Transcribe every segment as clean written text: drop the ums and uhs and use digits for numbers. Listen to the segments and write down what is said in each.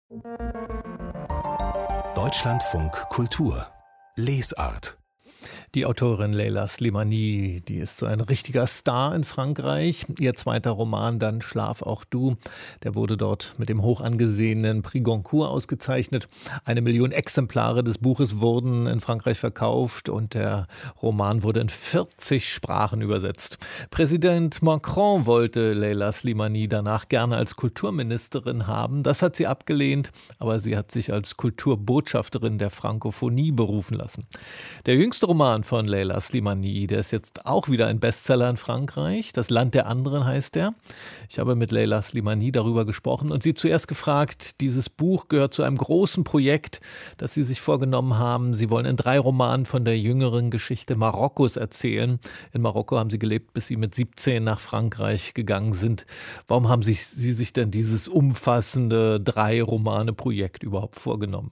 Deutschlandfunk Kultur Lesart. Die Autorin Leila Slimani, die ist so ein richtiger Star in Frankreich. Ihr zweiter Roman, Dann schlaf auch du, der wurde dort mit dem hoch angesehenen Prix Goncourt ausgezeichnet. 1 Million Exemplare des Buches wurden in Frankreich verkauft und der Roman wurde in 40 Sprachen übersetzt. Präsident Macron wollte Leila Slimani danach gerne als Kulturministerin haben. Das hat sie abgelehnt, aber sie hat sich als Kulturbotschafterin der Frankophonie berufen lassen. Der jüngste Roman von Leila Slimani, der ist jetzt auch wieder ein Bestseller in Frankreich. Das Land der anderen heißt er. Ich habe mit Leila Slimani darüber gesprochen und sie zuerst gefragt, dieses Buch gehört zu einem großen Projekt, das sie sich vorgenommen haben. Sie wollen in 3 Romanen von der jüngeren Geschichte Marokkos erzählen. In Marokko haben sie gelebt, bis sie mit 17 nach Frankreich gegangen sind. Warum haben Sie sich denn dieses umfassende 3-Romane-Projekt überhaupt vorgenommen?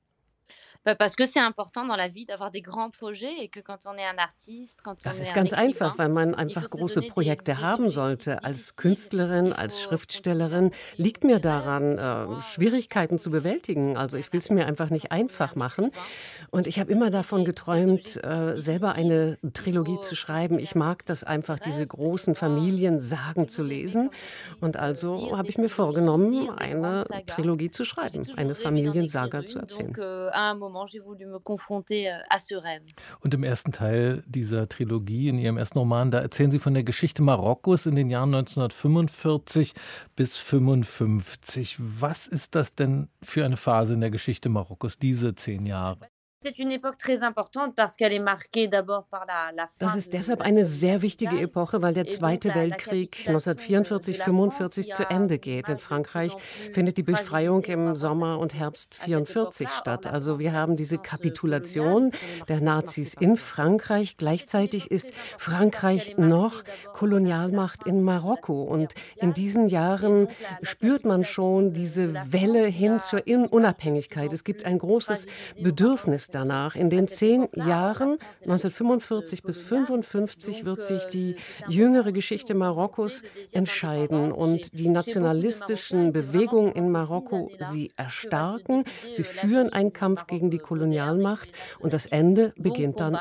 Parce que c'est important dans la vie d'avoir des grands projets et que quand on est un artiste, quand on Das est ist un ganz écrivain, einfach, weil man il einfach faut se große donner Projekte des haben objectifs sollte. Als difficiles, Künstlerin, il als faut Schriftstellerin liegt mir daran, Schwierigkeiten zu bewältigen. Also ich will es mir einfach nicht einfach machen. Und ich habe immer davon geträumt, selber eine Trilogie zu schreiben. Ich mag das einfach, diese großen Familiensagen zu lesen. Und also habe ich mir vorgenommen, eine Trilogie zu schreiben, eine Familiensaga zu erzählen. Donc, à un moment, j'ai voulu me confronter à ce rêve. Und im ersten Teil dieser Trilogie, in Ihrem ersten Roman, da erzählen Sie von der Geschichte Marokkos in den Jahren 1945 bis 1955. Was ist das denn für eine Phase in der Geschichte Marokkos, diese 10 Jahre? C'est une époque très importante parce qu'elle est marquée d'abord par la fin Das ist de deshalb la eine Seconde sehr Guerre wichtige mondiale. Epoche, weil der Et donc Zweite la Weltkrieg capitulation 1944, de la France 45 qui zu a Ende geht. In de Frankreich plus en plus findet die Befreiung fragilisé im par Sommer rapport und à Herbst cette 44 époque-là. Or, statt. la Also France wir a haben une diese puissance Kapitulation coloniale, on est der marqué Nazis par in ça. Frankreich. Gleichzeitig ist Frankreich noch Kolonialmacht in Marokko. Und in diesen Jahren spürt man schon diese Welle hin zur Unabhängigkeit. Es gibt ein großes Bedürfnis danach. In den 10 Jahren, 1945 bis 1955, wird sich die jüngere Geschichte Marokkos entscheiden und die nationalistischen Bewegungen in Marokko sie erstarken. Sie führen einen Kampf gegen die Kolonialmacht und das Ende beginnt dann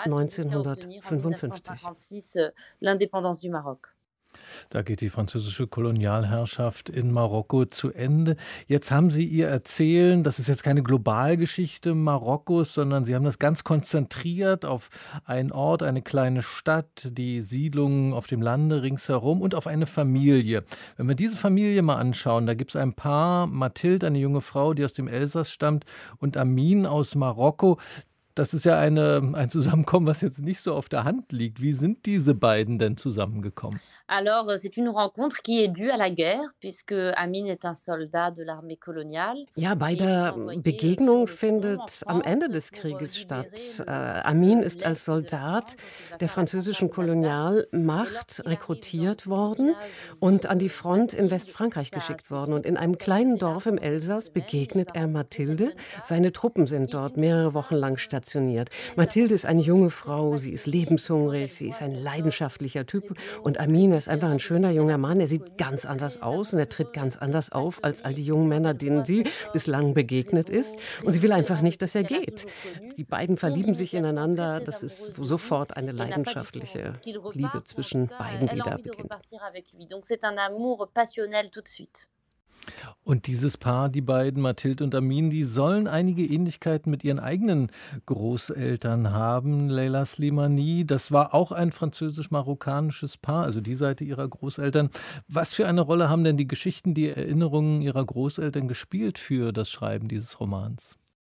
1955. L'indépendance du Maroc. Da geht die französische Kolonialherrschaft in Marokko zu Ende. Jetzt haben Sie Ihr Erzählen, das ist jetzt keine Globalgeschichte Marokkos, sondern Sie haben das ganz konzentriert auf einen Ort, eine kleine Stadt, die Siedlungen auf dem Lande ringsherum und auf eine Familie. Wenn wir diese Familie mal anschauen, da gibt es ein Paar, Mathilde, eine junge Frau, die aus dem Elsass stammt, und Amin aus Marokko. Das ist ja ein Zusammenkommen, was jetzt nicht so auf der Hand liegt. Wie sind diese beiden denn zusammengekommen? Alors, c'est une rencontre qui est due à la guerre, puisque Amin est un soldat de l'armée coloniale. Ja, bei Et il est der envoyé Begegnung sur le front en findet am Ende France des pour Krieges libérer statt. Amin ist als l'Est de la Soldat France, donc il va der faire la französischen campagne d'Alsace. Kolonialmacht rekrutiert worden und an die Front in Westfrankreich geschickt worden. Und in einem kleinen Dorf im Elsass begegnet er Mathilde. Seine Truppen sind dort mehrere Wochen lang stationiert. Mathilde ist eine junge Frau, sie ist lebenshungrig, sie ist ein leidenschaftlicher Typ. Und Amin ist einfach ein schöner junger Mann. Er sieht ganz anders aus und er tritt ganz anders auf als all die jungen Männer, denen sie bislang begegnet ist. Und sie will einfach nicht, dass er geht. Die beiden verlieben sich ineinander. Das ist sofort eine leidenschaftliche Liebe zwischen beiden, die da beginnt. Donc c'est un amour passionnel tout de suite. Und dieses Paar, die beiden, Mathilde und Amin, die sollen einige Ähnlichkeiten mit ihren eigenen Großeltern haben. Leila Slimani, das war auch ein französisch-marokkanisches Paar, also die Seite ihrer Großeltern. Was für eine Rolle haben denn die Geschichten, die Erinnerungen ihrer Großeltern gespielt für das Schreiben dieses Romans?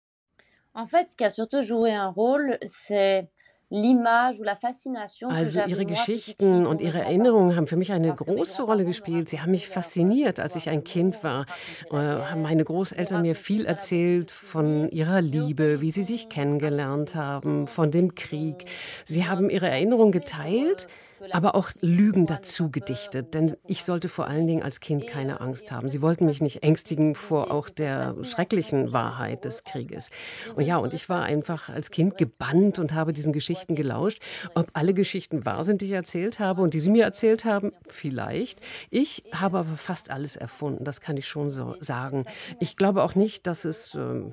En fait, ce qui a surtout joué un rôle, c'est l'image ou la fascination que Also j'avais ihre moi, petite fille, Geschichten pour und mes ihre grands-parents. Erinnerungen haben für mich eine Parce que mes große Rolle grands-parents me gespielt. Sie haben mich racontaient fasziniert, leur als ich histoire ein Kind war. d'amour, après la Haben guerre. meine Ils Großeltern m'ont mir raconté viel voilà, erzählt beaucoup de von souvenirs. ihrer Et Liebe, wie sie sich kennengelernt haben, von dem Krieg. Sie haben ihre Erinnerungen geteilt, aber auch Lügen dazu gedichtet, denn ich sollte vor allen Dingen als Kind keine Angst haben. Sie wollten mich nicht ängstigen vor auch der schrecklichen Wahrheit des Krieges. Und ja, und ich war einfach als Kind gebannt und habe diesen Geschichten gelauscht. Ob alle Geschichten wahr sind, die ich erzählt habe und die sie mir erzählt haben, vielleicht. Ich habe aber fast alles erfunden, das kann ich schon so sagen. Ich glaube auch nicht, dass es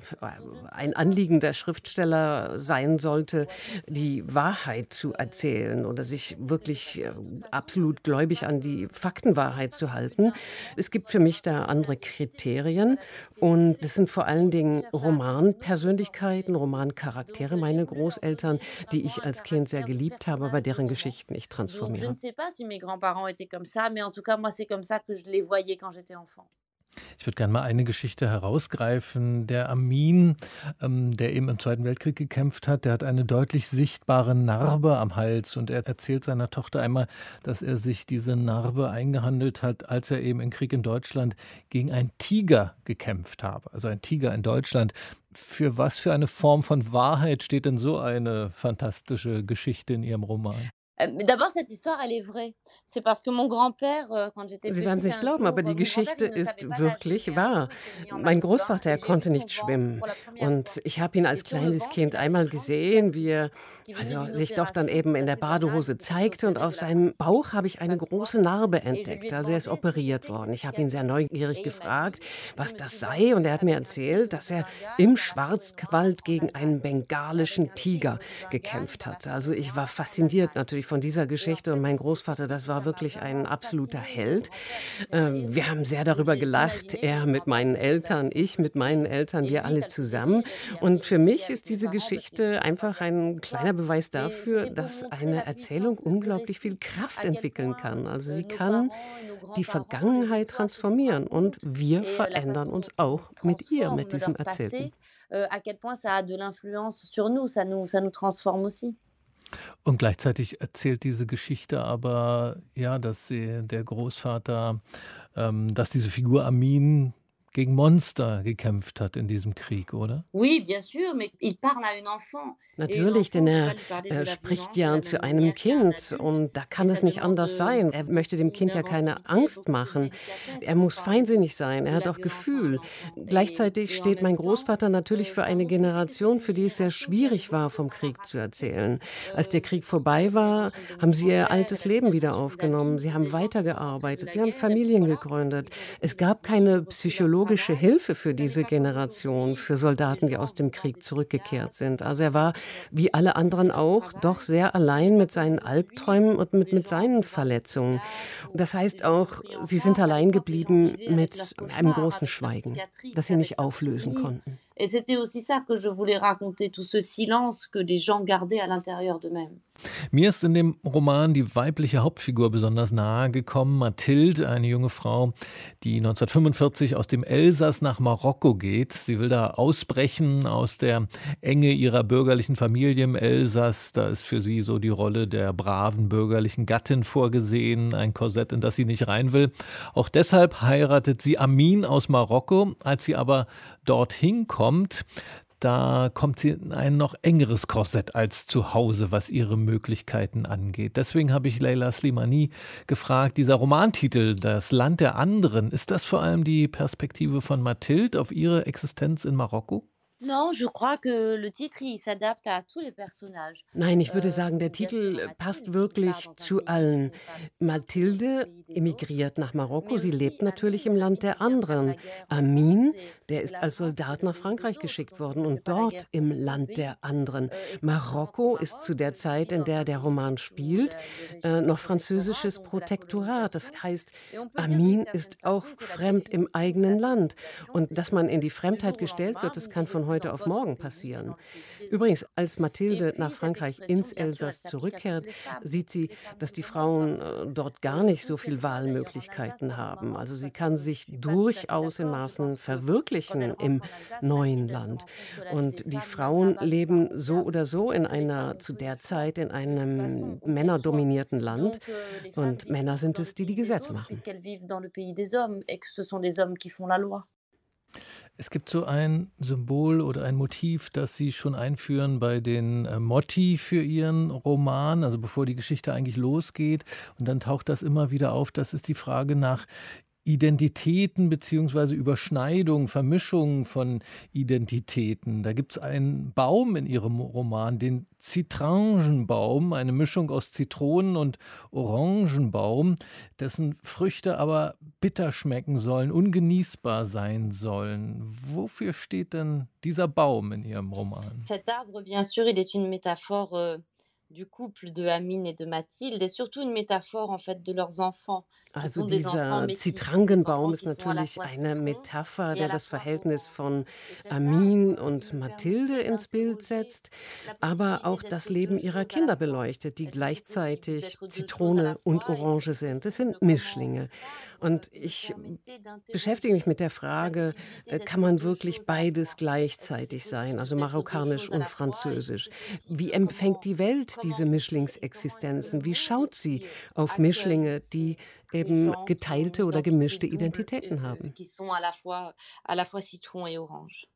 ein Anliegen der Schriftsteller sein sollte, die Wahrheit zu erzählen oder sich wirklich absolut gläubig an die Faktenwahrheit zu halten. Es gibt für mich da andere Kriterien und das sind vor allen Dingen Romanpersönlichkeiten, Romancharaktere, meine Großeltern, die ich als Kind sehr geliebt habe, aber deren Geschichten ich Donc je ne transformiere. sais pas si mes grands-parents étaient comme ça, mais en tout cas, moi, c'est comme ça que je les voyais quand j'étais enfant. Ich würde gerne mal eine Geschichte herausgreifen. Der Amin, der eben im Zweiten Weltkrieg gekämpft hat, der hat eine deutlich sichtbare Narbe am Hals und er erzählt seiner Tochter einmal, dass er sich diese Narbe eingehandelt hat, als er eben im Krieg in Deutschland gegen einen Tiger gekämpft habe. Also ein Tiger in Deutschland. Für was für eine Form von Wahrheit steht denn so eine fantastische Geschichte in Ihrem Roman? Mais d'abord, cette histoire, elle est vraie. C'est parce que mon grand-père, quand j'étais Sie werden es petite, nicht un glauben, jour, aber die mon grand-père, Geschichte il ne ist savait pas nager, wirklich mais un jour, wahr. il s'est mis en Mein maillot de bain Großvater, er et j'ai vu konnte son nicht ventre schwimmen. pour la première Und fois. ich habe ihn Et als sur le kleines ventre, Kind il avait einmal une grande gesehen, wie er cicatrice qui venait also d'une sich doch dann opération. eben in Parce der que ma mère, Badehose elle s'était zeigte und opérée auf de la seinem partie Bauch habe ich eine pas große droite. Narbe Et je lui ai entdeckt. Also er ist demandé ce que operiert c'était que worden. cette Ich habe ihn sehr cicatrice. neugierig Et il m'a gefragt, dit, je was me das suis sei. Und battue er hat mir avec un tigre erzählt, de dass er Bengale im dans la forêt Schwarzwald noire en gegen einen Allemagne. bengalischen Avec un Tiger tigre de Bengale gekämpft dans la hat. forêt Also ich war noire en fasziniert Allemagne. natürlich von dieser Et en Geschichte und fait, mein Großvater, das war ça m'a wirklich ein vraiment absoluter fascinée. Mon Held. grand-père, c'était un Wir héros. haben sehr Et darüber gelacht, j'imaginais er mon mit grand-père, meinen ça lui faisait Eltern, avec ich le mit meinen tigre. Eltern, Et wir lui, alle ça le faisait rire. zusammen. Il a fait Und für rigoler mich avec ist mes diese parents parce qu'ils Geschichte n'étaient pas einfach bien cette ein histoire. kleiner Beweis Mais dafür, c'était pour dass montrer eine la Erzählung puissance du unglaublich viel récit, Kraft à quel entwickeln point kann. Also sie nos kann parents et nos die grands-parents, les Vergangenheit histoires qu'ils nous transformieren und racontent wir et la verändern façon dont uns ils auch mit ihr, mit transforment diesem leur Erzählten. passé, à quel point ça a de l'influence sur nous, ça nous transforme aussi. Und gleichzeitig erzählt diese Geschichte aber, ja, dass der Großvater dass diese Figur Amin gegen Monster gekämpft hat in diesem Krieg, oder? Oui, bien sûr, mais il parle à une enfant et une Natürlich, denn enfant ne peut pas lui parler de la spricht violence de ja la zu même einem manière qu'un Kind adulte und da kann et es ça nicht demande, anders sein. Er möchte dem beaucoup Kind ja keine d'inventivité, Angst beaucoup de machen. délicatesse Er pour muss parler feinsinnig sein, de er hat la auch violence à un Gefühl. enfant Gleichzeitig et en steht mein même temps, Großvater natürlich für ça eine montre aussi que c'était Generation, une für die es sehr génération qui avait schwierig war, beaucoup de vom mal à Krieg zu raconter. erzählen. Als der Krieg Je pense à vorbei war, génération de haben mon sie ihr grand-père, altes la Leben wieder génération aufgenommen. d'Amine, Sie c'est haben des gens qui sont rentrés de weitergearbeitet, la sie haben guerre et puis Familien voilà, gegründet. ils ont repris Es leur gab vie, ils keine ont repris leur psychologische travail. Hilfe für Ça n'est diese pas comme Generation, aujourd'hui für où les Soldaten, die gens aus dem vont dans Krieg des zurückgekehrt psychiatres, sind. ils Also er prennent war, pour wie alle anderen leur auch, doch travail. sehr Ça n'est allein pas mit comme seinen aujourd'hui Albträumen und où les mit gens vont seinen voir des Verletzungen. psychiatres, où Das les heißt gens sont auch, pris en sie sind charge. À allein l'époque, les gens geblieben vivaient avec leurs mit einem cauchemars, großen avec leurs Schweigen, cicatrices, das sie avec nicht leurs auflösen souvenirs. konnten. Et c'était aussi ça que je voulais raconter, tout ce silence que les gens gardaient à l'intérieur d'eux-mêmes. Mir ist in dem Roman die weibliche Hauptfigur besonders nahe gekommen, Mathilde, eine junge Frau, die 1945 aus dem Elsass nach Marokko geht. Sie will da ausbrechen aus der Enge ihrer bürgerlichen Familie im Elsass. Da ist für sie so die Rolle der braven bürgerlichen Gattin vorgesehen, ein Korsett, in das sie nicht rein will. Auch deshalb heiratet sie Amin aus Marokko. Als sie aber dorthin kommt, da kommt sie in ein noch engeres Korsett als zu Hause, was ihre Möglichkeiten angeht. Deswegen habe ich Leila Slimani gefragt, dieser Romantitel, Das Land der anderen, ist das vor allem die Perspektive von Mathilde auf ihre Existenz in Marokko? Non, je crois que le titre, il s'adapte à tous les personnages. Nein, ich würde sagen, der Bien sûr, Titel Mathilde, passt qui wirklich part dans un zu pays qui allen. n'est pas le sien, Mathilde le pays des autres. emigriert nach Marokko, Mais sie aussi lebt natürlich Amin, im Land Amin, der qui vient faire anderen. la guerre en Amin, France der et ist la als France, c'est Soldat le nach pays des Frankreich autres. geschickt Quand worden on ne fait und pas la dort guerre im pour son Land pays. der anderen. Et quand on rentre Marokko au ist zu Maroc, der qui Zeit, est in dans der un der pays qui Roman est sous spielt, le régime du noch protectorat, französisches donc de la Protektorat. Das colonisation. heißt, Et on peut dire d'une Amin certaine ist auch façon que la fremd im définition de eigenen la Land. colonisation, Und c'est dass que man in die du Fremdheit jour au gestellt lendemain, wird, das vous ne kann vivez von plus heute dans auf votre morgen pays, mais passieren. dans le pays des autres. Übrigens, als Et Mathilde puis, nach cette Frankreich expression, ins bien sûr, elle Elsass s'applique à toutes zurückkehrt, les femmes, sieht sie, toutes les femmes dass du die monde, Frauen parce que dort gar nicht so toutes les viel femmes, d'ailleurs, en Alsace Wahlmöglichkeiten comme au haben. Also Maroc, sie parce kann que je sich suis pas tout à fait durchaus in d'accord. Je Maßen pense que quand elle verwirklichen rentre im en Alsace, neuen Mathilde, elle se Land. rend compte que la vie Und des die femmes, même Frauen là-bas, n'est pas leben so regarde, oder so in que les femmes einer ont zu peu le der choix. Zeit in De toute façon, einem on fait le choix. männerdominierten Land. Donc, les femmes Und vivent Männer toujours sind dans le es, die die pays des Gesetze autres, machen. puisqu'elles vivent dans le pays des hommes et que ce sont les hommes qui font la loi. Es gibt so ein Symbol oder ein Motiv, das Sie schon einführen bei den Motti für Ihren Roman, also bevor die Geschichte eigentlich losgeht. Und dann taucht das immer wieder auf. Das ist die Frage nach Identitäten beziehungsweise Überschneidungen, Vermischungen von Identitäten. Da gibt es einen Baum in Ihrem Roman, den Zitrangenbaum, eine Mischung aus Zitronen- und Orangenbaum, dessen Früchte aber bitter schmecken sollen, ungenießbar sein sollen. Wofür steht denn dieser Baum in Ihrem Roman? Cet arbre, bien sûr, il est une métaphore, du couple de Amine et de Mathilde et surtout une métaphore, en fait, de leurs enfants, qui Also sont des enfants dieser métis, des Zitrangenbaum enfants ist qui sont à la natürlich fois eine citron Metapher, et à der la das fois Verhältnis orange. von Et cet Amin arbre, und il me Mathilde permettait ins Bild d'interroger setzt, la aber possibilité auch das d'être Leben 2 ihrer choses à la Kinder fois. beleuchtet, die Est-ce que c'est possible gleichzeitig d'être 2 choses à la Zitrone und fois? Et Orange cette sind. Das question de sind comment Mischlinge. l'arbre, Und me ich permettait beschäftige mich d'interroger mit der la Frage, possibilité kann d'être man 2 wirklich choses à la beides fois. Est-ce que c'est gleichzeitig sein, possible also d'être 2 marokkanisch choses à und la fois? Est-ce que französisch? c'est Wie possible? empfängt die Welt Comment diese on fait et comment est-ce que le Mischlingsexistenzen? Wie monde schaut sie aussi, auf accueille Mischlinge, die ces eben gens qui ont une geteilte oder identité gemischte double, Identitäten haben? qui sont à la fois citron et orange?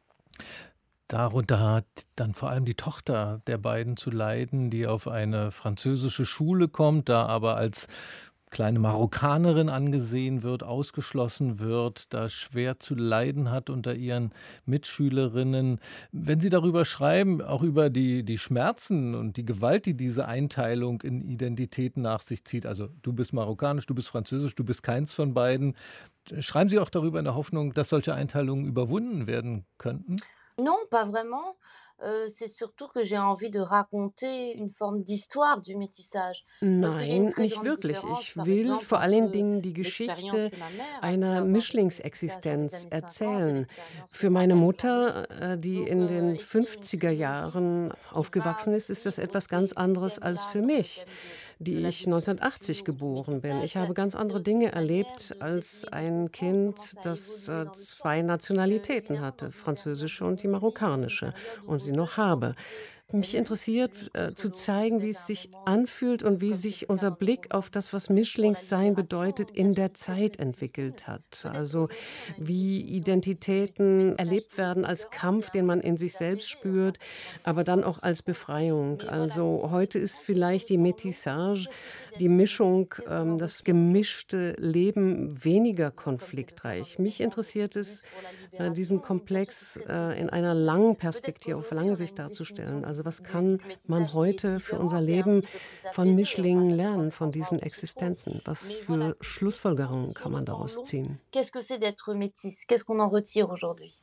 Darunter hat dann vor allem die Tochter der beiden zu leiden, die auf eine französische Schule kommt, da aber als kleine Marokkanerin angesehen wird, ausgeschlossen wird, da schwer zu leiden hat unter ihren Mitschülerinnen. Wenn Sie darüber schreiben, auch über die Schmerzen und die Gewalt, die diese Einteilung in Identitäten nach sich zieht, also du bist marokkanisch, du bist französisch, du bist keins von beiden, schreiben Sie auch darüber in der Hoffnung, dass solche Einteilungen überwunden werden könnten? Non, pas vraiment. C'est surtout que j'ai envie de raconter une forme d'histoire du métissage. Parce qu'il y a une Nein, très nicht grande wirklich. différence, Ich par will exemple, vor allen entre Dingen die l'expérience Geschichte que ma mère a pu einer avoir de ce métissage dans les Mischlingsexistenz années 50 et erzählen. l'expérience que Für meine moi-même j'en ai. Mutter, die Donc, in den écrire une 50er trilogie Jahren qui va aufgewachsen ist das s'ouvrir etwas autour de ganz ces anderes als thèmes-là, für dans le mich, thème de die la ich décolonialisation 1980 ou du geboren bin. Ich métissage, habe ganz c'est andere aussi Dinge une manière erlebt de als d'éveiller ein comment Kind, ça a das évolué dans le temps. zwei Nationalitäten Évidemment, dans hatte, une période französische de und die conflit, dans une marokkanische, période où und sie vos 2 noch habe. identités, Mich même si interessiert, l'une contre zu l'autre, zeigen, vous wie êtes es à un sich moment, anfühlt und wie comme c'est sich le cas unser dans le Blick auf roman, das, was pour la Mischlingssein libération, bedeutet, il y a in der suscité très Zeit difficile. entwickelt hat. Peut-être Also qu'aujourd'hui, on a une wie définition du Identitäten métissage erlebt qui est werden als différente et Kampf, un den petit man peu in plus sich selbst apaisée. On spürt, pense que c'est aber encore dann un auch peu als trop. Befreiung. Mais voilà, Also heute ist entre le vielleicht die haut et le Métissage, qu'est-ce que c'est die d'être métisse? Mischung, Qu'est-ce qu'on en das retire aujourd'hui? gemischte Leben weniger Comme c'est le cas dans konfliktreich. le Mich roman interessiert de es, Nice pour la diesen libération, bien sûr que Komplex c'est très in einer difficile. langen Peut-être Perspektive, auf qu'aujourd'hui, lange on a Sicht une définition darzustellen. Also was du kann man métissage qui est heute für unser différente et un Leben petit peu plus von apaisée. On pense Mischlingen à savoir lernen, des von endroits diesen où tout se trouve. Existenzen? Was Mais voilà, für ce qui est difficile, c'est Schlussfolgerungen sur kann le man temps daraus long. ziehen? Qu'est-ce que c'est d'être métisse? Qu'est-ce qu'on en retire aujourd'hui?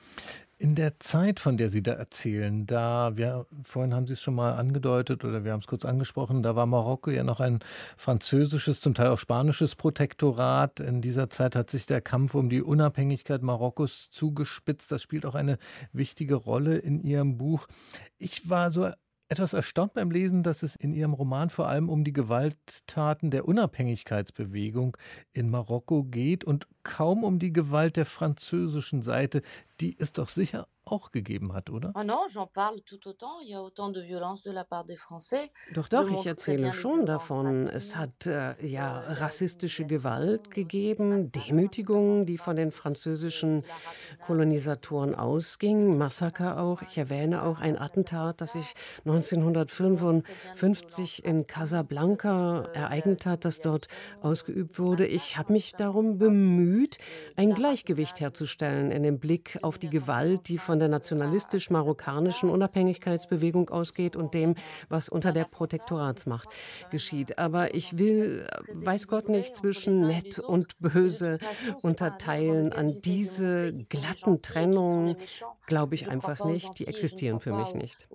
In der Zeit, von der Sie da erzählen, vorhin haben Sie es schon mal angedeutet oder wir haben es kurz angesprochen, da war Marokko ja noch ein französisches, zum Teil auch spanisches Protektorat. In dieser Zeit hat sich der Kampf um die Unabhängigkeit Marokkos zugespitzt. Das spielt auch eine wichtige Rolle in Ihrem Buch. Ich war so etwas erstaunt beim Lesen, dass es in Ihrem Roman vor allem um die Gewalttaten der Unabhängigkeitsbewegung in Marokko geht und kaum um die Gewalt der französischen Seite, die es doch sicher auch gegeben hat, oder? Ah non, j'en parle tout autant. Il y a autant de violence de la part des Français. Doch, Je doch, ich montre très erzähle bien les schon violences davon. Es racistes. hat Il y ja a eu rassistische l'humiliation, Gewalt mais aussi des gegeben, massacres, Demütigungen, notamment die je von parle den de französischen la rapinage Kolonisatoren ausgingen, Massaker auch. Ich erwähne auch ein Attentat, das sich 1955 in Casablanca ereignet hat, das dort ausgeübt wurde. Ich habe mich darum bemüht, ein Gleichgewicht herzustellen in dem Blick auf die Gewalt, die von der nationalistisch-marokkanischen Unabhängigkeitsbewegung ausgeht und dem, was unter der Protektoratsmacht geschieht. Aber ich will, weiß Gott nicht, zwischen nett und böse unterteilen. An diese glatten Trennungen glaube ich einfach nicht. Die existieren für mich nicht.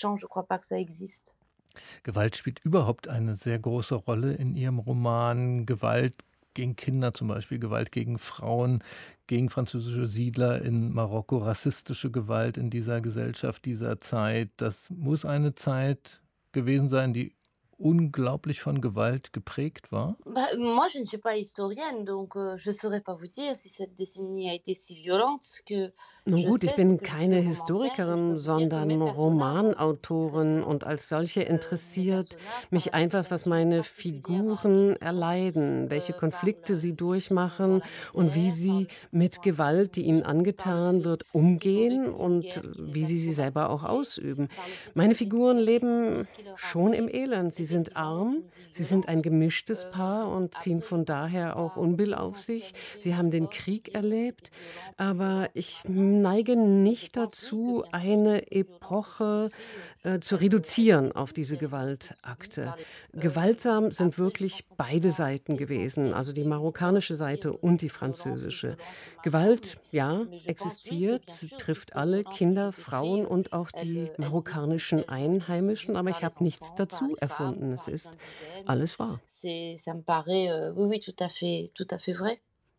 Gewalt spielt überhaupt eine sehr große Rolle in Ihrem Roman. Gewalt gegen Kinder zum Beispiel, Gewalt gegen Frauen, gegen französische Siedler in Marokko, rassistische Gewalt in dieser Gesellschaft dieser Zeit. Das muss eine Zeit gewesen sein, die unglaublich von Gewalt geprägt war? Bah, moi, je ne suis pas historienne, donc je saurais pas vous dire si cette décennie a été si violente. Que Nun je gut, ich sais ce bin que je suis keine romancière, donc je peux Historikerin, vous dire que mes sondern personnages ont été très Romanautorin und violents. als solche Mes interessiert personnages, par mich einfach, was interprétation meine particulière à qui Figuren ils sont, erleiden, welche Konflikte parlent sie qu'ils sont dans durchmachen la und wie misère, sie parlent qu'ils mit sont Gewalt, die ihnen insoumis, par le angetan fait wird, qu'ils ont umgehen vécu une und guerre qui les wie a sie sie selber auch traumatisés, ausüben. par le fait qu'ils Meine ont vécu Figuren quelque leben chose qui leur a schon im fait Elend. Sie sind effectivement arm, une vie sie sind ein violente. gemischtes Paar und ziehen Après, je von ne pourrais daher auch pas Unbill auf sich. essentialiser Sie une haben den époque et Krieg dire que erlebt. c'était violent pour Aber pour ich maintenant. neige Je nicht pense oui que dazu, bien sûr eine ces violences que j'ai Epoche décrites, zu elles reduzieren étaient auf toutes diese terribles, elles étaient subies Gewaltakte. par les Gewaltsam sind après je wirklich pense qu'on peut beide pas Seiten gewesen, also die essentialiser une époque marokkanische et dire, Seite und die cette violence est französische. violente maintenant, Gewalt, ja, mais je pense oui que existiert, bien sie sûr toutes trifft ces alle violences que j'ai Kinder, Frauen décrites, und auch die elles marokkanischen existent, elles sont Einheimischen, subies aber par ich habe les nichts enfants, par dazu les femmes, erfunden. Es par les ist indigènes. alles wahr. Ça me paraît, oui, oui, tout à fait vrai.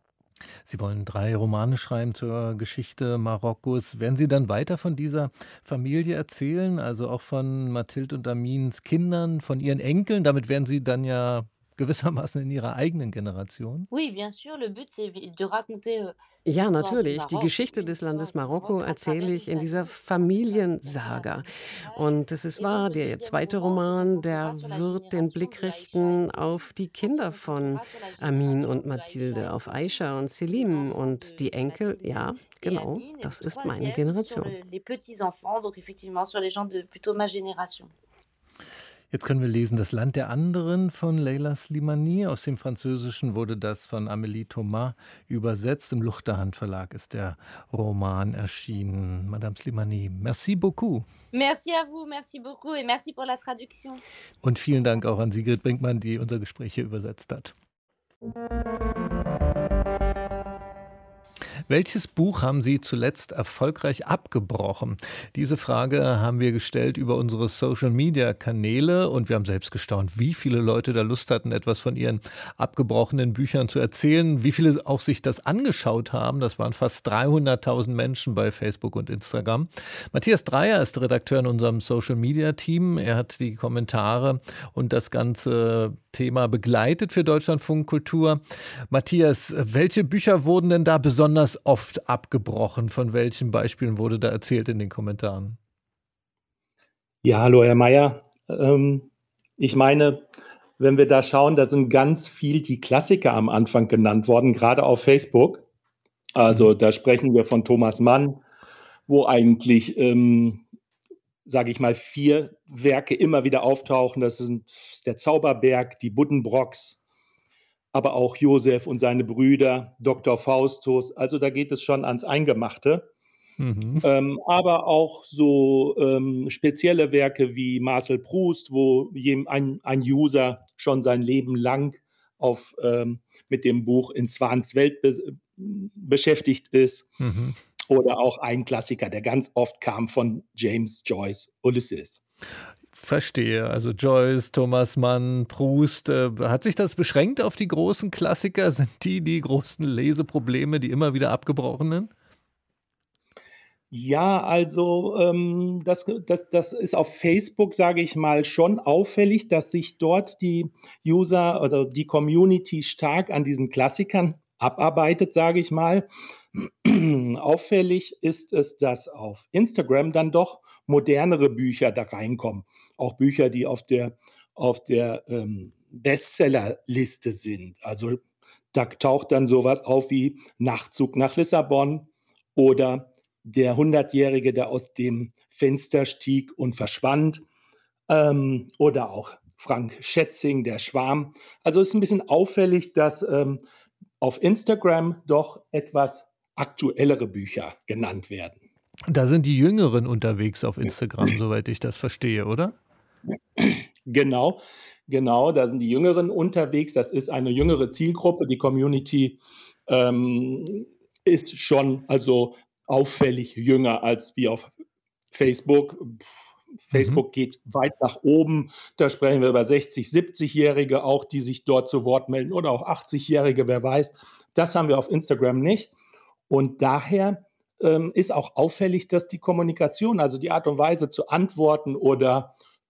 Sie wollen 3 Romane schreiben zur Geschichte Marokkos. Werden Sie dann weiter von dieser Familie erzählen, also auch von Mathilde und Amins Kindern, von ihren Enkeln? Damit wären Sie dann ja gewissermaßen in Ihrer eigenen Generation. Oui, bien sûr, le but, c'est de raconter, Ja, l'histoire du natürlich. Die Maroc, Geschichte une des histoire Landes du Marokko Maroc à erzähle travers une ich in dieser famille, à travers une histoire, à Familiensaga. travers des personnages. Und es ist Et donc wahr, le der deuxième zweite roman se Roman, der recentrera sur la wird den génération Blick de Aïcha et richten Selim. auf die On se Kinder von concentrera sur la Amin génération und de Aïcha Mathilde, et auf Selim, Aisha und les Selim enfants und die de Enkel. Mathilde Ja, et genau, Amine, et das le ist meine troisième sur Generation. les petits-enfants, donc effectivement sur les gens de plutôt ma génération. Jetzt können wir lesen Das Land der anderen von Leila Slimani. Aus dem Französischen wurde das von Amélie Thomas übersetzt. Im Luchterhand Verlag ist der Roman erschienen. Madame Slimani, merci beaucoup. Merci à vous, merci beaucoup et merci pour la traduction. Und vielen Dank auch an Sigrid Brinkmann, die unser Gespräch hier übersetzt hat. Welches Buch haben Sie zuletzt erfolgreich abgebrochen? Diese Frage haben wir gestellt über unsere Social-Media-Kanäle und wir haben selbst gestaunt, wie viele Leute da Lust hatten, etwas von ihren abgebrochenen Büchern zu erzählen, wie viele auch sich das angeschaut haben. Das waren fast 300.000 Menschen bei Facebook und Instagram. Matthias Dreyer ist Redakteur in unserem Social-Media-Team. Er hat die Kommentare und das ganze Thema begleitet für Deutschlandfunk Kultur. Matthias, welche Bücher wurden denn da besonders oft abgebrochen? Von welchen Beispielen wurde da erzählt in den Kommentaren? Ja, hallo Herr Mayer. Ich meine, wenn wir da schauen, da sind ganz viel die Klassiker am Anfang genannt worden, gerade auf Facebook. Also da sprechen wir von Thomas Mann, wo eigentlich, sage ich mal, 4 Werke immer wieder auftauchen. Das sind der Zauberberg, die Buddenbrooks, aber auch Josef und seine Brüder, Dr. Faustus. Also da geht es schon ans Eingemachte. Aber auch so spezielle Werke wie Marcel Proust, wo ein User schon sein Leben lang mit dem Buch In Swans Welt beschäftigt ist. Oder auch ein Klassiker, der ganz oft kam von James Joyce, Ulysses. Verstehe. Also Joyce, Thomas Mann, Proust. Hat sich das beschränkt auf die großen Klassiker? Sind die großen Leseprobleme, die immer wieder abgebrochenen? Ja, also das ist auf Facebook, sage ich mal, schon auffällig, dass sich dort die User oder die Community stark an diesen Klassikern abarbeitet, sage ich mal. Auffällig ist es, dass auf Instagram dann doch modernere Bücher da reinkommen. Auch Bücher, die auf der Bestsellerliste sind. Also da taucht dann sowas auf wie Nachtzug nach Lissabon oder Der 100-Jährige, der aus dem Fenster stieg und verschwand. Oder auch Frank Schätzing, Der Schwarm. Also es ist ein bisschen auffällig, dass auf Instagram doch etwas aktuellere Bücher genannt werden. Da sind die Jüngeren unterwegs auf Instagram, soweit ich das verstehe, oder? Genau, da sind die Jüngeren unterwegs. Das ist eine jüngere Zielgruppe. Die Community ist schon also auffällig jünger als wie auf Facebook. Facebook geht weit nach oben. Da sprechen wir über 60-, 70-Jährige auch, die sich dort zu Wort melden oder auch 80-Jährige, wer weiß. Das haben wir auf Instagram nicht. Und daher ist auch auffällig, dass die Kommunikation, also die Art und Weise zu antworten oder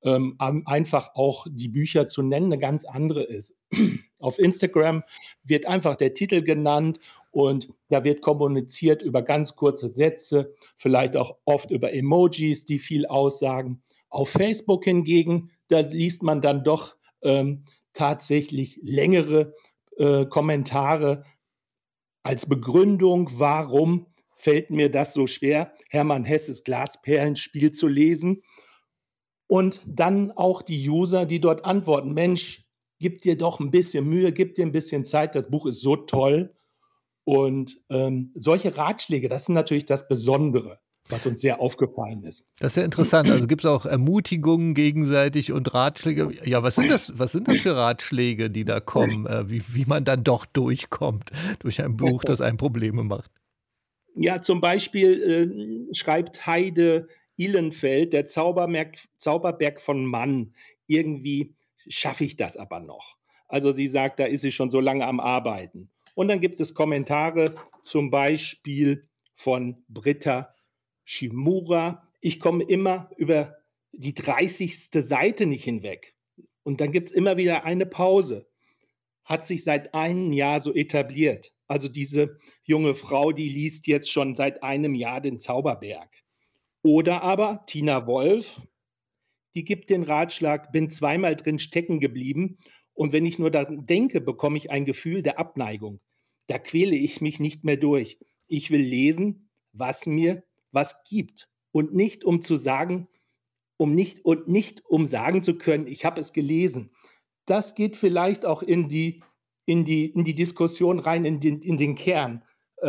einfach auch die Bücher zu nennen, eine ganz andere ist. Auf Instagram wird einfach der Titel genannt und da wird kommuniziert über ganz kurze Sätze, vielleicht auch oft über Emojis, die viel aussagen. Auf Facebook hingegen, da liest man dann doch tatsächlich längere Kommentare als Begründung, warum fällt mir das so schwer, Hermann Hesses Glasperlenspiel zu lesen. Und dann auch die User, die dort antworten, Mensch, gib dir doch ein bisschen Mühe, gib dir ein bisschen Zeit, das Buch ist so toll. Und solche Ratschläge, das ist natürlich das Besondere, was uns sehr aufgefallen ist. Das ist ja interessant. Also gibt es auch Ermutigungen gegenseitig und Ratschläge. Ja, was sind das für Ratschläge, die da kommen, wie man dann doch durchkommt durch ein Buch, das einem Probleme macht? Ja, zum Beispiel schreibt Heide Ihlenfeld, der Zauberberg von Mann. Irgendwie schaffe ich das aber noch. Also sie sagt, da ist sie schon so lange am Arbeiten. Und dann gibt es Kommentare, zum Beispiel von Britta Shimura. Ich komme immer über die 30. Seite nicht hinweg. Und dann gibt es immer wieder eine Pause. Hat sich seit einem Jahr so etabliert. Also diese junge Frau, die liest jetzt schon seit einem Jahr den Zauberberg. Oder aber Tina Wolf, die gibt den Ratschlag, bin zweimal drin stecken geblieben und wenn ich nur daran denke, bekomme ich ein Gefühl der Abneigung. Da quäle ich mich nicht mehr durch. Ich will lesen, was mir was gibt und nicht um zu sagen, nicht um sagen zu können, ich habe es gelesen. Das geht vielleicht auch in die Diskussion rein, in den Kern.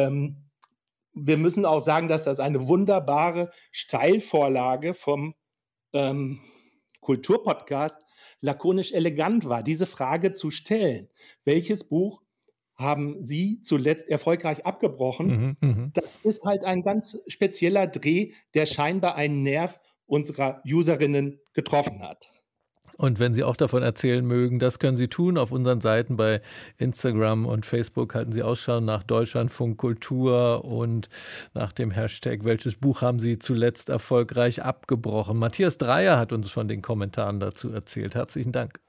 Wir müssen auch sagen, dass das eine wunderbare Steilvorlage vom Kulturpodcast lakonisch elegant war, diese Frage zu stellen. Welches Buch haben Sie zuletzt erfolgreich abgebrochen? Das ist halt ein ganz spezieller Dreh, der scheinbar einen Nerv unserer Userinnen getroffen hat. Und wenn Sie auch davon erzählen mögen, das können Sie tun auf unseren Seiten bei Instagram und Facebook. Halten Sie Ausschau nach Deutschlandfunk Kultur und nach dem Hashtag, welches Buch haben Sie zuletzt erfolgreich abgebrochen? Matthias Dreyer hat uns von den Kommentaren dazu erzählt. Herzlichen Dank.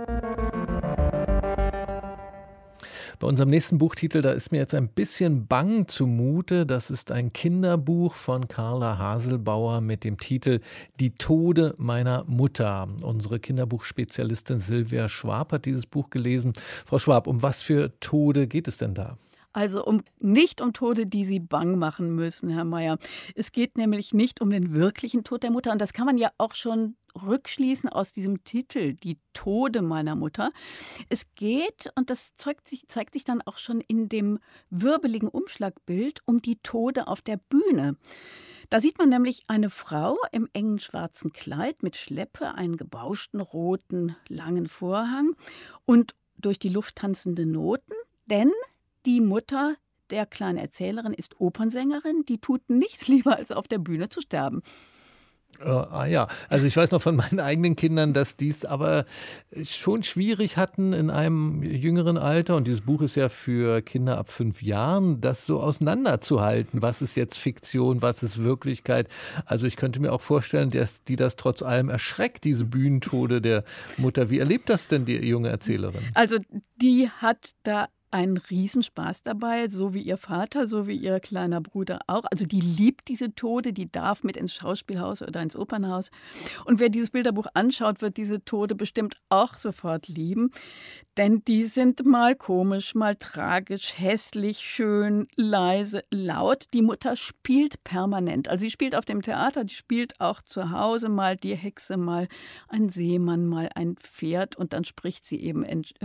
Bei unserem nächsten Buchtitel, da ist mir jetzt ein bisschen bang zumute. Das ist ein Kinderbuch von Carla Haselbauer mit dem Titel Die Tode meiner Mutter. Unsere Kinderbuchspezialistin Silvia Schwab hat dieses Buch gelesen. Frau Schwab, um was für Tode geht es denn da? Also nicht um Tode, die Sie bang machen müssen, Herr Mayer. Es geht nämlich nicht um den wirklichen Tod der Mutter. Und das kann man ja auch schon rückschließen aus diesem Titel, Die Tode meiner Mutter. Es geht, und das zeigt sich dann auch schon in dem wirbeligen Umschlagbild, um die Tode auf der Bühne. Da sieht man nämlich eine Frau im engen schwarzen Kleid mit Schleppe, einen gebauschten roten langen Vorhang und durch die Luft tanzende Noten, denn die Mutter der kleinen Erzählerin ist Opernsängerin, die tut nichts lieber, als auf der Bühne zu sterben. Ja, also ich weiß noch von meinen eigenen Kindern, dass die es aber schon schwierig hatten in einem jüngeren Alter. Und dieses Buch ist ja für Kinder ab 5 Jahren, das so auseinanderzuhalten. Was ist jetzt Fiktion, was ist Wirklichkeit? Also ich könnte mir auch vorstellen, dass die das trotz allem erschreckt, diese Bühnentode der Mutter. Wie erlebt das denn die junge Erzählerin? Also die hat da einen Riesenspaß dabei, so wie ihr Vater, so wie ihr kleiner Bruder auch. Also die liebt diese Tode, die darf mit ins Schauspielhaus oder ins Opernhaus. Und wer dieses Bilderbuch anschaut, wird diese Tode bestimmt auch sofort lieben. Denn die sind mal komisch, mal tragisch, hässlich, schön, leise, laut. Die Mutter spielt permanent. Also sie spielt auf dem Theater, die spielt auch zu Hause mal die Hexe, mal ein Seemann, mal ein Pferd. Und dann spricht sie eben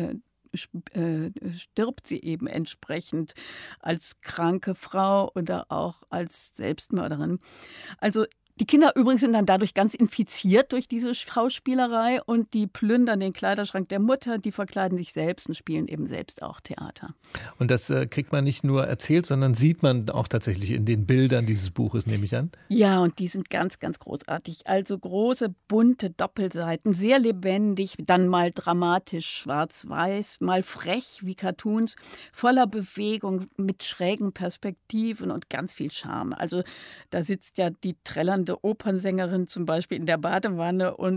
stirbt sie eben entsprechend als kranke Frau oder auch als Selbstmörderin. Also die Kinder übrigens sind dann dadurch ganz infiziert durch diese Schauspielerei und die plündern den Kleiderschrank der Mutter, die verkleiden sich selbst und spielen eben selbst auch Theater. Und das kriegt man nicht nur erzählt, sondern sieht man auch tatsächlich in den Bildern dieses Buches, nehme ich an? Ja, und die sind ganz, ganz großartig. Also große, bunte Doppelseiten, sehr lebendig, dann mal dramatisch schwarz-weiß, mal frech wie Cartoons, voller Bewegung, mit schrägen Perspektiven und ganz viel Charme. Also da sitzt ja die trällernde Opernsängerin zum Beispiel in der Badewanne und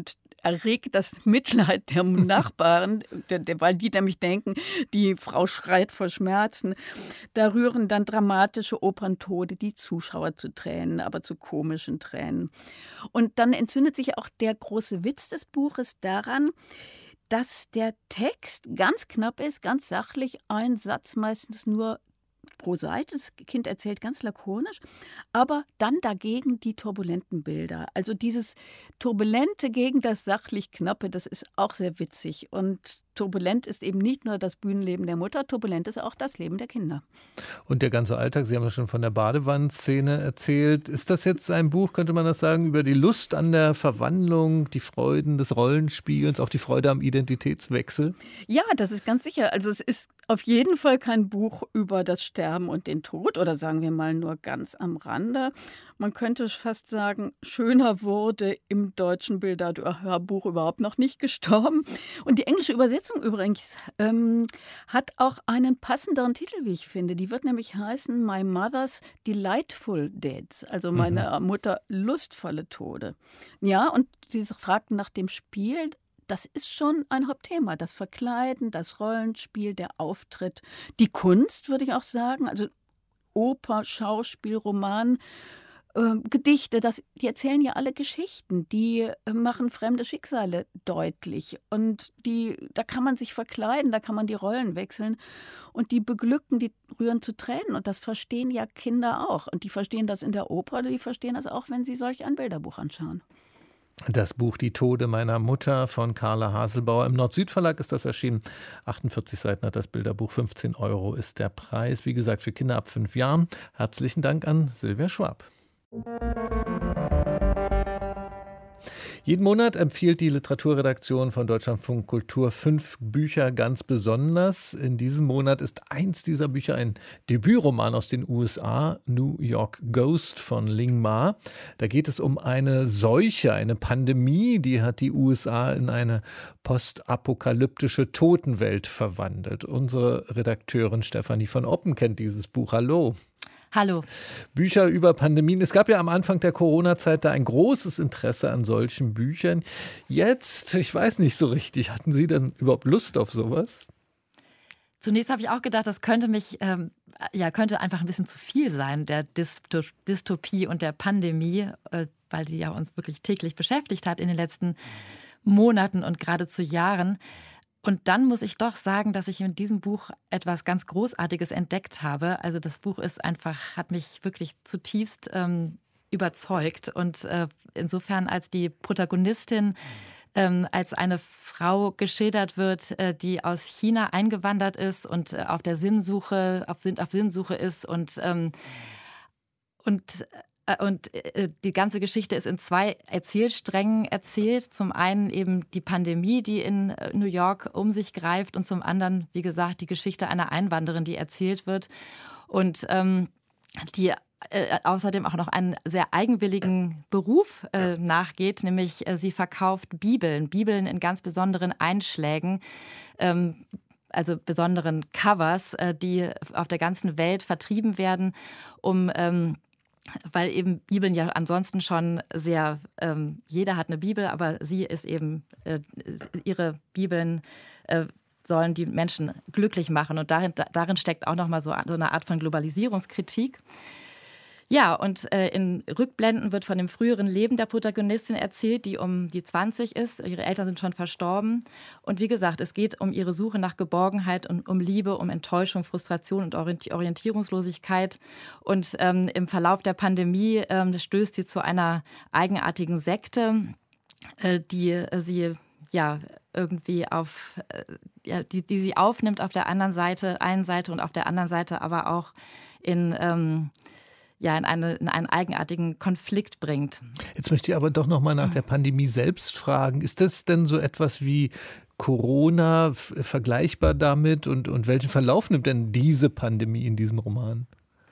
erregt das Mitleid der Nachbarn, weil die nämlich denken, die Frau schreit vor Schmerzen. Da rühren dann dramatische Operntode die Zuschauer zu Tränen, aber zu komischen Tränen. Und dann entzündet sich auch der große Witz des Buches daran, dass der Text ganz knapp ist, ganz sachlich, ein Satz meistens nur pro Seite. Das Kind erzählt ganz lakonisch, aber dann dagegen die turbulenten Bilder. Also dieses Turbulente gegen das sachlich Knappe, das ist auch sehr witzig. Und turbulent ist eben nicht nur das Bühnenleben der Mutter, turbulent ist auch das Leben der Kinder. Und der ganze Alltag, Sie haben ja schon von der Badewannenszene erzählt. Ist das jetzt ein Buch, könnte man das sagen, über die Lust an der Verwandlung, die Freuden des Rollenspiels, auch die Freude am Identitätswechsel? Ja, das ist ganz sicher. Also es ist auf jeden Fall kein Buch über das Sterben und den Tod oder sagen wir mal nur ganz am Rande. Man könnte fast sagen, schöner wurde im deutschen Bilderhörbuch überhaupt noch nicht gestorben. Und die englische Übersetzung übrigens hat auch einen passenderen Titel, wie ich finde. Die wird nämlich heißen My Mother's Delightful Deaths, also meine Mutter lustvolle Tode. Ja, und Sie fragten nach dem Spiel. Das ist schon ein Hauptthema, das Verkleiden, das Rollenspiel, der Auftritt, die Kunst, würde ich auch sagen, also Oper, Schauspiel, Roman, Gedichte, die erzählen ja alle Geschichten, die machen fremde Schicksale deutlich und da kann man sich verkleiden, da kann man die Rollen wechseln und die beglücken, die rühren zu Tränen und das verstehen ja Kinder auch und die verstehen das in der Oper, die verstehen das auch, wenn sie solch ein Bilderbuch anschauen. Das Buch Die Tode meiner Mutter von Carla Haselbauer. Im Nord-Süd-Verlag ist das erschienen. 48 Seiten hat das Bilderbuch, 15 € ist der Preis. Wie gesagt, für Kinder ab 5 Jahren. Herzlichen Dank an Silvia Schwab. Jeden Monat empfiehlt die Literaturredaktion von Deutschlandfunk Kultur 5 Bücher ganz besonders. In diesem Monat ist eins dieser Bücher ein Debütroman aus den USA, New York Ghost von Ling Ma. Da geht es um eine Seuche, eine Pandemie, die hat die USA in eine postapokalyptische Totenwelt verwandelt. Unsere Redakteurin Stefanie von Oppen kennt dieses Buch. Hallo. Hallo. Bücher über Pandemien. Es gab ja am Anfang der Corona-Zeit da ein großes Interesse an solchen Büchern. Jetzt, ich weiß nicht so richtig, hatten Sie denn überhaupt Lust auf sowas? Zunächst habe ich auch gedacht, das könnte könnte einfach ein bisschen zu viel sein, der Dystopie und der Pandemie, weil die ja uns wirklich täglich beschäftigt hat in den letzten Monaten und geradezu Jahren. Und dann muss ich doch sagen, dass ich in diesem Buch etwas ganz Großartiges entdeckt habe. Also das Buch hat mich wirklich zutiefst überzeugt. Und insofern als die Protagonistin als eine Frau geschildert wird, die aus China eingewandert ist und auf Sinnsuche ist und die ganze Geschichte ist in 2 Erzählsträngen erzählt. Zum einen eben die Pandemie, die in New York um sich greift und zum anderen, wie gesagt, die Geschichte einer Einwanderin, die erzählt wird und die außerdem auch noch einen sehr eigenwilligen Beruf nachgeht, nämlich sie verkauft Bibeln in ganz besonderen Einschlägen, also besonderen Covers, die auf der ganzen Welt vertrieben werden, weil eben Bibeln ja ansonsten schon sehr, jeder hat eine Bibel, aber sie ist eben, ihre Bibeln sollen die Menschen glücklich machen. Und darin steckt auch nochmal so eine Art von Globalisierungskritik. Ja, und in Rückblenden wird von dem früheren Leben der Protagonistin erzählt, die um die 20 ist. Ihre Eltern sind schon verstorben. Und wie gesagt, es geht um ihre Suche nach Geborgenheit und um Liebe, um Enttäuschung, Frustration und Orientierungslosigkeit. Und im Verlauf der Pandemie stößt sie zu einer eigenartigen Sekte, die sie irgendwie die sie aufnimmt auf der einen Seite und auf der anderen Seite aber auch in einen eigenartigen Konflikt bringt. Jetzt möchte ich aber doch noch mal nach der Pandemie selbst fragen. Ist das denn so etwas wie Corona vergleichbar damit? Und welchen Verlauf nimmt denn diese Pandemie in diesem Roman?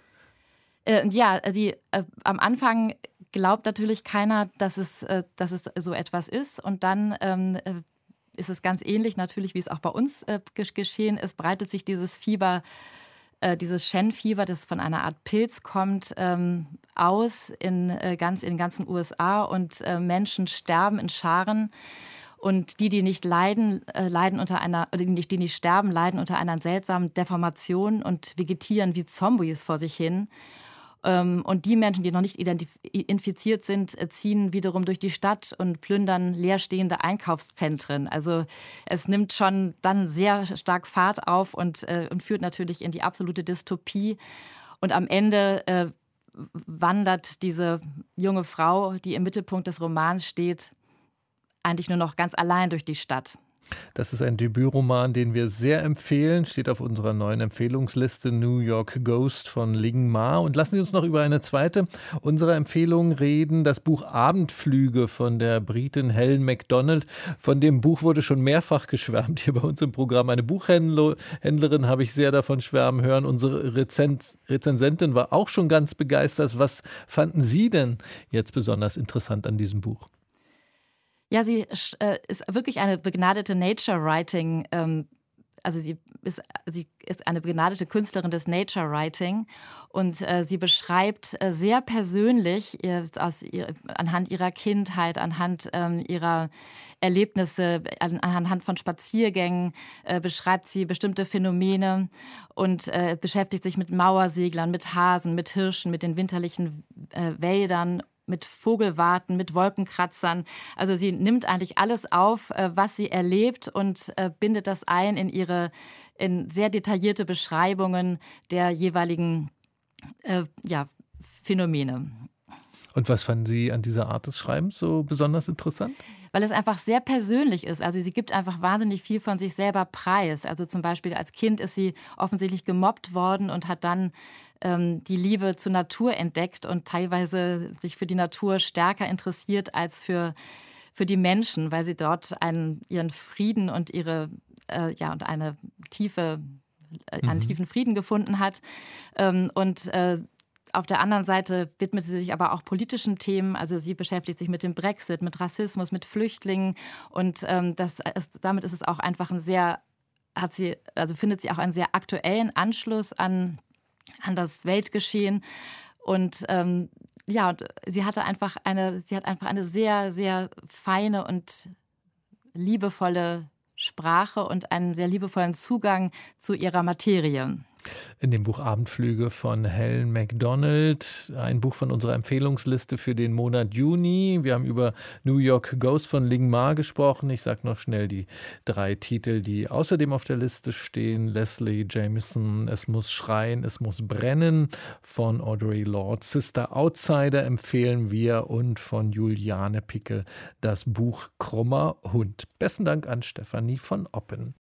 Am Anfang glaubt natürlich keiner, dass es so etwas ist. Und dann ist es ganz ähnlich natürlich, wie es auch bei uns geschehen ist, breitet sich dieses Fieber, dieses Shen-Fieber, das von einer Art Pilz kommt, aus in den ganzen USA und Menschen sterben in Scharen. Und die nicht leiden, leiden unter einer, oder die nicht sterben, leiden unter einer seltsamen Deformation und vegetieren wie Zombies vor sich hin. Und die Menschen, die noch nicht infiziert sind, ziehen wiederum durch die Stadt und plündern leerstehende Einkaufszentren. Also es nimmt schon dann sehr stark Fahrt auf und führt natürlich in die absolute Dystopie. Und am Ende wandert diese junge Frau, die im Mittelpunkt des Romans steht, eigentlich nur noch ganz allein durch die Stadt. Das ist ein Debütroman, den wir sehr empfehlen, steht auf unserer neuen Empfehlungsliste, New York Ghost von Ling Ma. Und lassen Sie uns noch über eine zweite unserer Empfehlungen reden, das Buch Abendflüge von der Britin Helen Macdonald. Von dem Buch wurde schon mehrfach geschwärmt hier bei uns im Programm. Eine Buchhändlerin habe ich sehr davon schwärmen hören. Unsere Rezensentin war auch schon ganz begeistert. Was fanden Sie denn jetzt besonders interessant an diesem Buch? Ja, sie ist wirklich eine begnadete Nature-Writing, also sie ist eine begnadete Künstlerin des Nature-Writing und sie beschreibt sehr persönlich anhand ihrer Kindheit, anhand ihrer Erlebnisse, anhand von Spaziergängen beschreibt sie bestimmte Phänomene und beschäftigt sich mit Mauerseglern, mit Hasen, mit Hirschen, mit den winterlichen Wäldern, mit Vogelwarten, mit Wolkenkratzern. Also sie nimmt eigentlich alles auf, was sie erlebt und bindet das ein in sehr detaillierte Beschreibungen der jeweiligen Phänomene. Und was fanden Sie an dieser Art des Schreibens so besonders interessant? Weil es einfach sehr persönlich ist. Also sie gibt einfach wahnsinnig viel von sich selber preis. Also zum Beispiel als Kind ist sie offensichtlich gemobbt worden und hat dann die Liebe zur Natur entdeckt und teilweise sich für die Natur stärker interessiert als für die Menschen, weil sie dort ihren Frieden und und einen tiefen Frieden gefunden hat. Auf der anderen Seite widmet sie sich aber auch politischen Themen. Also sie beschäftigt sich mit dem Brexit, mit Rassismus, mit Flüchtlingen. Und damit ist es auch einfach findet sie auch einen sehr aktuellen Anschluss an das Weltgeschehen. Und sie hat einfach eine sehr, sehr feine und liebevolle Sprache und einen sehr liebevollen Zugang zu ihrer Materie. In dem Buch Abendflüge von Helen Macdonald, ein Buch von unserer Empfehlungsliste für den Monat Juni. Wir haben über New York Ghost von Ling Ma gesprochen. Ich sage noch schnell die 3 Titel, die außerdem auf der Liste stehen. Leslie Jameson, Es muss schreien, es muss brennen von Audre Lorde. Sister Outsider empfehlen wir und von Juliane Pickel das Buch Krummer Hund. Besten Dank an Stefanie von Oppen.